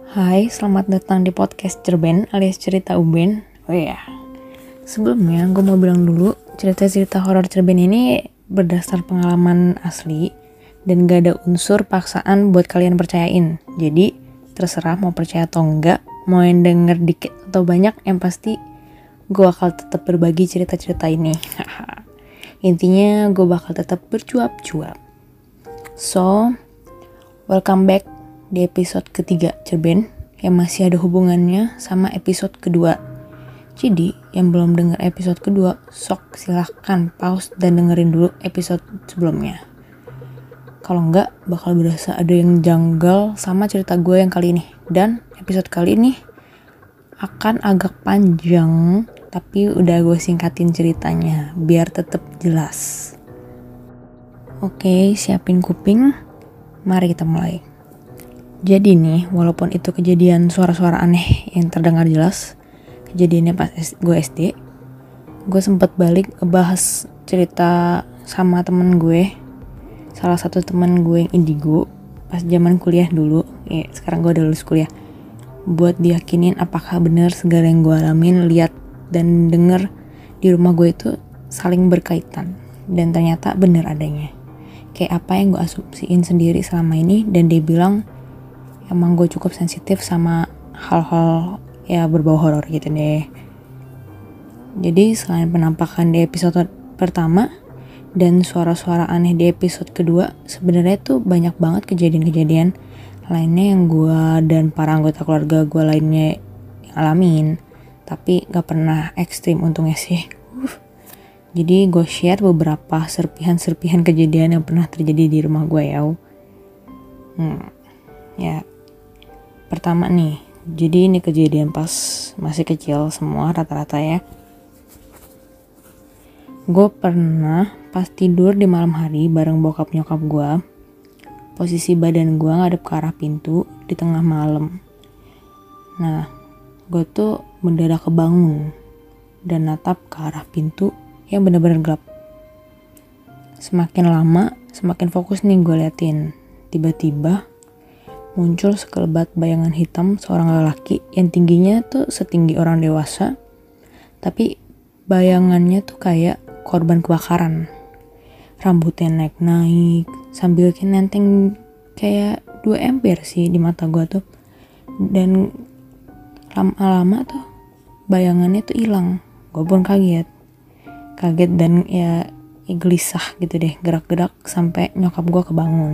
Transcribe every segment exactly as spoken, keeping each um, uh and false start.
Hai, selamat datang di podcast Cerben alias Cerita Uben. Oh iya, sebelumnya gue mau bilang dulu, cerita-cerita horor Cerben ini berdasar pengalaman asli dan gak ada unsur paksaan buat kalian percayain. Jadi terserah mau percaya atau enggak, mau yang denger dikit atau banyak, yang pasti gue bakal tetap berbagi cerita-cerita ini. Intinya gue bakal tetap bercuap-cuap. So, welcome back di episode ketiga Cerben yang masih ada hubungannya sama episode kedua. Jadi yang belum dengar episode kedua, sok silahkan pause dan dengerin dulu episode sebelumnya. Kalau enggak bakal berasa ada yang janggal sama cerita gue yang kali ini. Dan episode kali ini akan agak panjang, tapi udah gue singkatin ceritanya biar tetap jelas. Oke, siapin kuping, mari kita mulai. Jadi nih, walaupun itu kejadian suara-suara aneh yang terdengar jelas, kejadiannya pas gue S D, gue sempet balik ngebahas cerita sama temen gue, salah satu temen gue yang indigo, pas zaman kuliah dulu, ya sekarang gue udah lulus kuliah, buat diyakinin apakah benar segala yang gue alamin, lihat dan denger di rumah gue itu saling berkaitan, dan ternyata benar adanya. Kayak apa yang gue asumsiin sendiri selama ini, dan dia bilang emang gue cukup sensitif sama hal-hal ya berbau horor gitu deh. Jadi selain penampakan di episode pertama dan suara-suara aneh di episode kedua, sebenarnya tuh banyak banget kejadian-kejadian lainnya yang gue dan para anggota keluarga gue lainnya alamin, tapi gak pernah ekstrim untungnya sih. Uh. Jadi gue share beberapa serpihan-serpihan kejadian yang pernah terjadi di rumah gue ya. Hmm, ya. Pertama nih, jadi ini kejadian pas masih kecil semua rata-rata ya. Gue pernah pas tidur di malam hari bareng bokap nyokap gue, posisi badan gue ngadep ke arah pintu di tengah malam. Nah, gue tuh mendadak kebangun dan natap ke arah pintu yang benar-benar gelap. Semakin lama, semakin fokus nih gue liatin. Tiba-tiba muncul sekelebat bayangan hitam seorang lelaki yang tingginya tuh setinggi orang dewasa, tapi bayangannya tuh kayak korban kebakaran. Rambutnya naik-naik sambil nenteng kayak dua ember sih di mata gue tuh. Dan lama-lama tuh bayangannya tuh hilang. Gue pun kaget. Kaget dan ya, ya gelisah gitu deh, gerak-gerak sampai nyokap gue kebangun.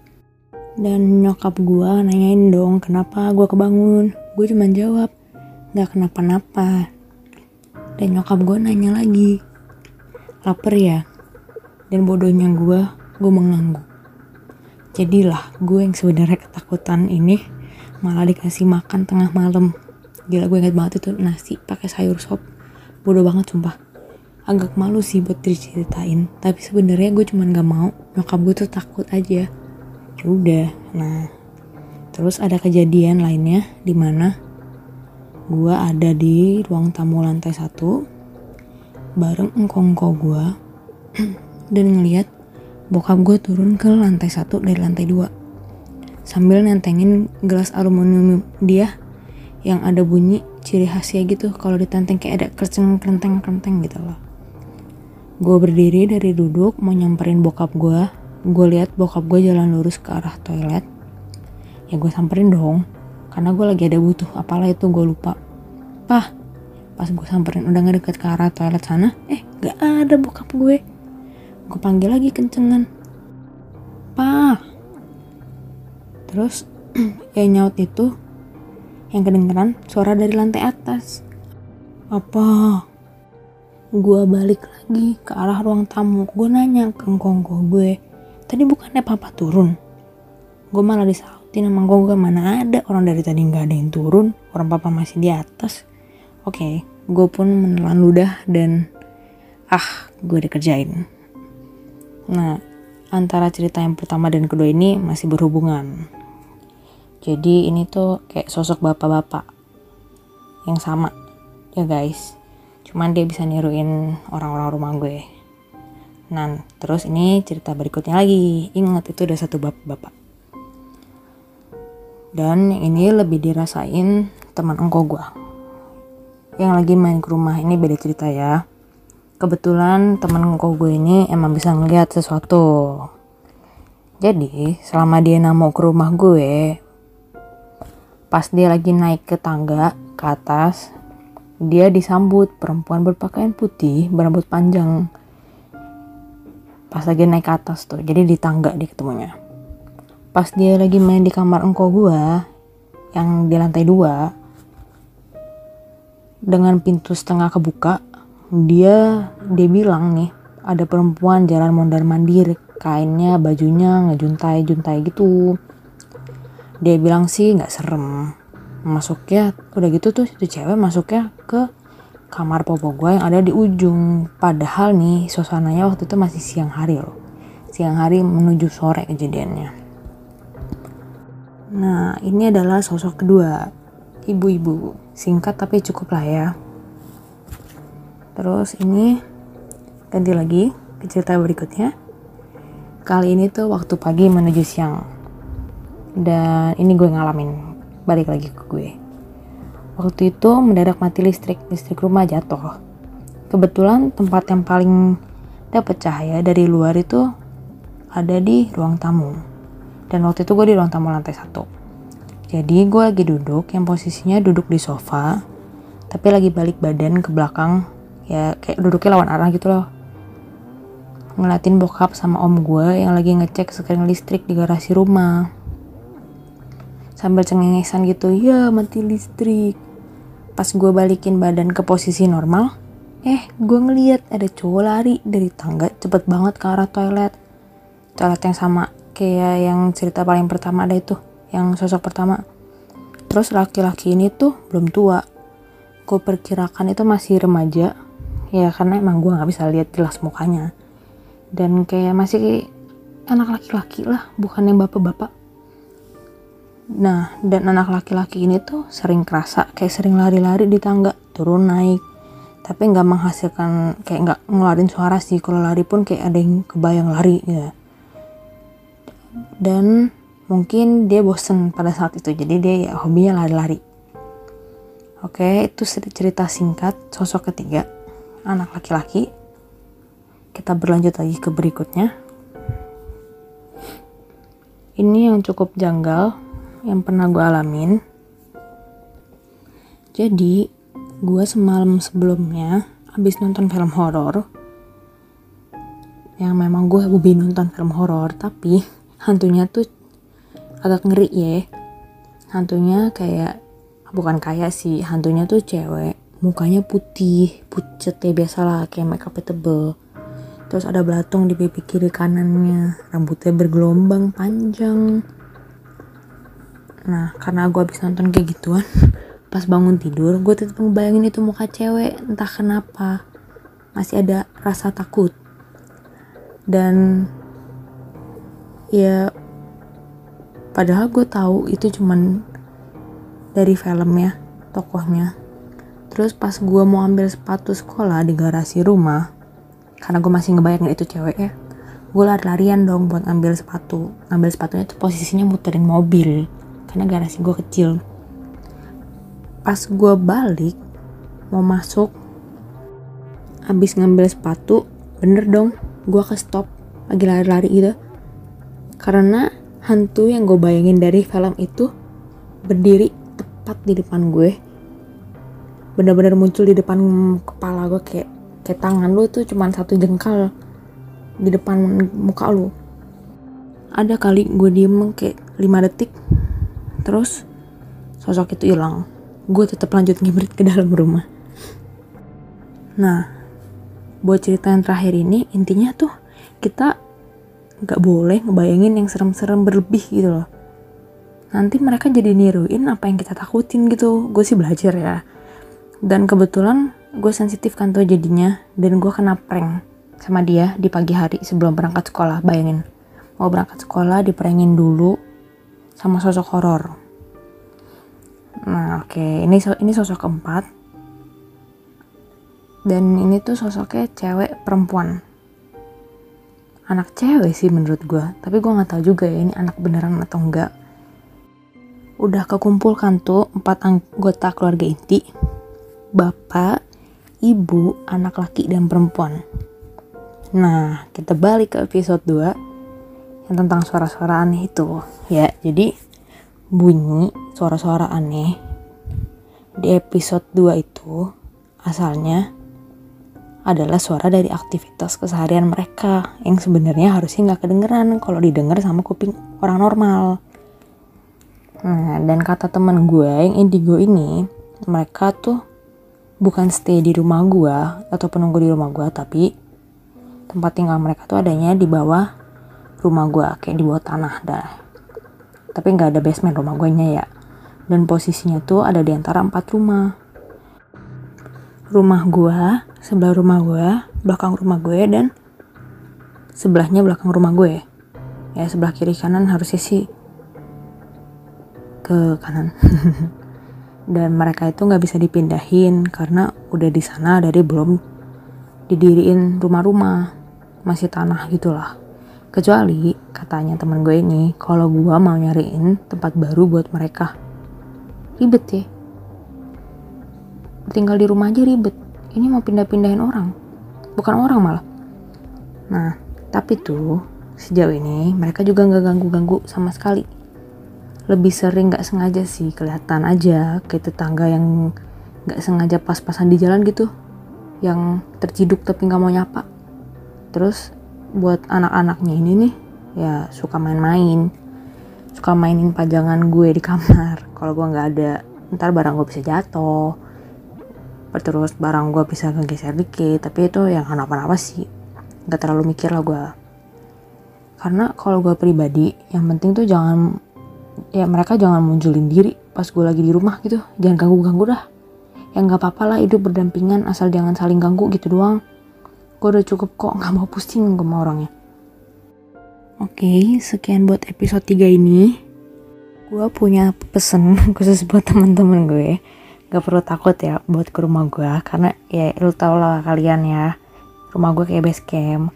Dan nyokap gue nanyain dong kenapa gue kebangun. Gue cuma jawab gak kenapa-napa. Dan nyokap gue nanya lagi, lapar ya? Dan bodohnya gue, gue mengangguk. Jadilah gue yang sebenarnya ketakutan ini malah dikasih makan tengah malam. Gila, gue ingat banget itu nasi pakai sayur sop. Bodoh banget sumpah. Agak malu sih buat diceritain, tapi sebenarnya gue cuma gak mau. Nyokap gue tuh takut aja. Udah, nah terus ada kejadian lainnya di mana gue ada di ruang tamu lantai satu bareng engkongko gue dan ngeliat bokap gue turun ke lantai satu dari lantai dua sambil nentengin gelas aluminium dia yang ada bunyi ciri khasnya gitu kalau ditenteng kayak ada kerceng kerenteng kerenteng gitu loh. Gue berdiri dari duduk mau nyamperin bokap gue. Gue lihat bokap gue jalan lurus ke arah toilet. Ya gue samperin dong, karena gue lagi ada butuh, apalah itu gue lupa. Pah, pas gue samperin udah ngedeket ke arah toilet sana, eh gak ada bokap gue. Gue panggil lagi kencengan, Pah. Terus yang nyaut itu, yang kedengeran suara dari lantai atas. Apa? Gue balik lagi ke arah ruang tamu. Gue nanya ke engkongko gue, tadi bukannya papa turun? Gue malah disautin sama gue, mana ada, orang dari tadi gak ada yang turun, orang papa masih di atas. Oke, okay, gue pun menelan ludah dan ah, gue dikerjain. Nah, antara cerita yang pertama dan kedua ini masih berhubungan. Jadi ini tuh kayak sosok bapak-bapak yang sama ya guys. Cuman dia bisa niruin orang-orang rumah gue. Nah, terus ini cerita berikutnya lagi. Ingat itu udah satu bapak-bapak. Dan yang ini lebih dirasain teman engkau gue yang lagi main ke rumah. Ini beda cerita ya. Kebetulan teman engkau gue ini emang bisa ngeliat sesuatu. Jadi selama dia mau ke rumah gue, pas dia lagi naik ke tangga ke atas, dia disambut perempuan berpakaian putih berambut panjang. Pas lagi naik ke atas tuh, jadi di tangga dia ketemunya. Pas dia lagi main di kamar engkau gue yang di lantai dua, dengan pintu setengah kebuka, dia dia bilang nih, ada perempuan jalan mondar mandir, kainnya bajunya ngejuntai-juntai gitu. Dia bilang sih nggak serem, masuknya udah gitu tuh itu cewek masuknya ke kamar popo gue yang ada di ujung. Padahal nih suasananya waktu itu masih siang hari loh, siang hari menuju sore kejadiannya. Nah ini adalah sosok kedua, ibu-ibu, singkat tapi cukup lah ya. Terus ini ganti lagi ke cerita berikutnya. Kali ini tuh waktu pagi menuju siang. Dan ini gue ngalamin, balik lagi ke gue. Waktu itu mendadak mati listrik, listrik rumah jatuh. Kebetulan tempat yang paling dapat cahaya dari luar itu ada di ruang tamu. Dan waktu itu gue di ruang tamu lantai satu. Jadi gue lagi duduk, yang posisinya duduk di sofa, tapi lagi balik badan ke belakang, ya kayak duduknya lawan arah gitu loh. Ngeliatin bokap sama om gue yang lagi ngecek sekring listrik di garasi rumah. Sambil cengengesan gitu, ya mati listrik. Pas gue balikin badan ke posisi normal, eh gue ngeliat ada cowok lari dari tangga cepet banget ke arah toilet. Toilet yang sama kayak yang cerita paling pertama ada itu, yang sosok pertama. Terus laki-laki ini tuh belum tua, gue perkirakan itu masih remaja, ya karena emang gue nggak bisa lihat jelas mukanya. Dan kayak masih kayak anak laki-laki lah, bukan yang bapak-bapak. Nah, dan anak laki-laki ini tuh sering kerasa kayak sering lari-lari di tangga, turun naik, tapi nggak menghasilkan, kayak nggak ngeluarin suara sih. Kalau lari pun kayak ada yang kebayang lari gitu. Dan mungkin dia bosen pada saat itu, jadi dia ya hobinya lari-lari. Oke, itu cerita singkat sosok ketiga, anak laki-laki. Kita berlanjut lagi ke berikutnya. Ini yang cukup janggal yang pernah gue alamin. Jadi gue semalam sebelumnya habis nonton film horor, yang memang gue hobi nonton film horor, tapi hantunya tuh agak ngeri ya. Hantunya kayak, bukan kayak sih, hantunya tuh cewek, mukanya putih pucet ya, biasalah kayak make up tebel. Terus ada belatung di pipi kiri kanannya, rambutnya bergelombang panjang. Nah karena gue habis nonton kayak gituan, pas bangun tidur gue tetap ngebayangin itu muka cewek. Entah kenapa masih ada rasa takut. Dan ya padahal gue tahu itu cuman dari filmnya, tokohnya. Terus pas gue mau ambil sepatu sekolah di garasi rumah, karena gue masih ngebayangin itu cewek ya, gue lari-larian dong buat ambil sepatu. Ngambil sepatunya tuh posisinya muterin mobil, karena garasi gue kecil. Pas gue balik mau masuk, abis ngambil sepatu, bener dong gue ke stop, lagi lari-lari gitu. Karena hantu yang gue bayangin dari film itu berdiri tepat di depan gue, bener-bener muncul di depan kepala gue, kayak kayak tangan lu tuh cuman satu jengkal di depan muka lu. Ada kali gue diem kayak lima detik, terus sosok itu hilang. Gue tetap lanjut ngibrit ke dalam rumah. Nah, buat cerita yang terakhir ini, intinya tuh kita gak boleh ngebayangin yang serem-serem berlebih gitu loh. Nanti mereka jadi niruin apa yang kita takutin gitu. Gue sih belajar ya. Dan kebetulan gue sensitif kan tuh jadinya, dan gue kena prank sama dia di pagi hari sebelum berangkat sekolah. Bayangin, mau berangkat sekolah diprangin dulu sama sosok horor. Nah oke, okay. ini ini sosok keempat, dan ini tuh sosoknya cewek perempuan, anak cewek sih menurut gue, tapi gue nggak tahu juga ya ini anak beneran atau enggak. udah kekumpulkan tuh empat anggota keluarga inti. Bapak, ibu, anak laki dan perempuan. Nah, kita balik ke episode dua yang tentang suara-suara aneh itu. Ya, jadi bunyi suara-suara aneh di episode dua itu asalnya adalah suara dari aktivitas keseharian mereka yang sebenarnya harusnya nggak kedengeran kalau didengar sama kuping orang normal. Nah, dan kata teman gue yang indigo ini, mereka tuh bukan stay di rumah gue atau penunggu di rumah gue, tapi tempat tinggal mereka tuh adanya di bawah rumah gue, kayak di bawah tanah dah. Tapi nggak ada basement rumah gue nya ya. Dan posisinya tuh ada di antara empat rumah. Rumah gue, sebelah rumah gue, belakang rumah gue, dan sebelahnya belakang rumah gue. Ya sebelah kiri kanan harusnya sih ke kanan. Dan mereka itu nggak bisa dipindahin karena udah di sana dari belum didiriin rumah-rumah, masih tanah gitulah. Kecuali katanya teman gue ini kalau gue mau nyariin tempat baru buat mereka. Ribet ya, tinggal di rumah aja ribet, ini mau pindah-pindahin orang, bukan orang malah. Nah tapi tuh sejauh ini mereka juga nggak ganggu-ganggu sama sekali. Lebih sering gak sengaja sih kelihatan aja kayak tetangga yang gak sengaja pas-pasan di jalan gitu, yang terciduk tapi gak mau nyapa. Terus buat anak-anaknya ini nih ya suka main-main, suka mainin pajangan gue di kamar. Kalau gue gak ada, ntar barang gue bisa jatuh, terus barang gue bisa kegeser dikit. Tapi itu yang kenapa-napa sih, gak terlalu mikir lah gue. Karena kalau gue pribadi yang penting tuh jangan, ya mereka jangan munculin diri pas gue lagi di rumah gitu. Jangan ganggu-ganggu dah. Ya gak apa-apa lah hidup berdampingan, asal jangan saling ganggu gitu doang. Gue udah cukup kok, gak mau pusing sama orangnya. Oke, sekian buat episode tiga ini. Gue punya pesen khusus buat teman-teman gue. Gak perlu takut ya buat ke rumah gue, karena ya lu tau lah kalian ya, rumah gue kayak base camp.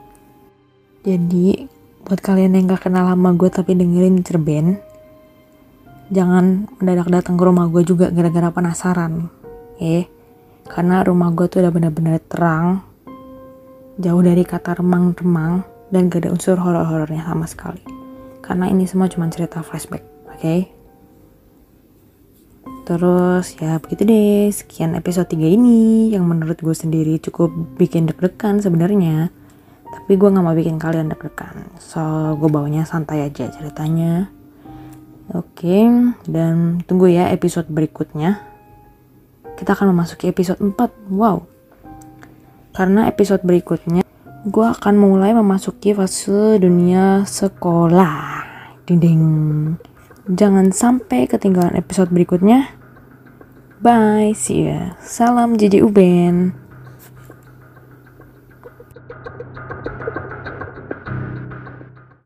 Jadi buat kalian yang gak kenal sama gue tapi dengerin Cerben, jangan mendadak datang ke rumah gue juga gara-gara penasaran, eh, karena rumah gue tuh udah benar-benar terang, jauh dari kata remang-remang, dan gak ada unsur horor-horornya sama sekali. Karena ini semua cuma cerita flashback, oke? Okay? Terus ya begitu deh, sekian episode tiga ini yang menurut gue sendiri cukup bikin deg-degan sebenarnya. Tapi gue gak mau bikin kalian deg-degan, so gue bawanya santai aja ceritanya. Oke, dan tunggu ya episode berikutnya. Kita akan memasuki episode empat, wow. Karena episode berikutnya gue akan mulai memasuki fase dunia sekolah. Ding ding. Jangan sampai ketinggalan episode berikutnya. Bye, see ya. Salam J J Uben.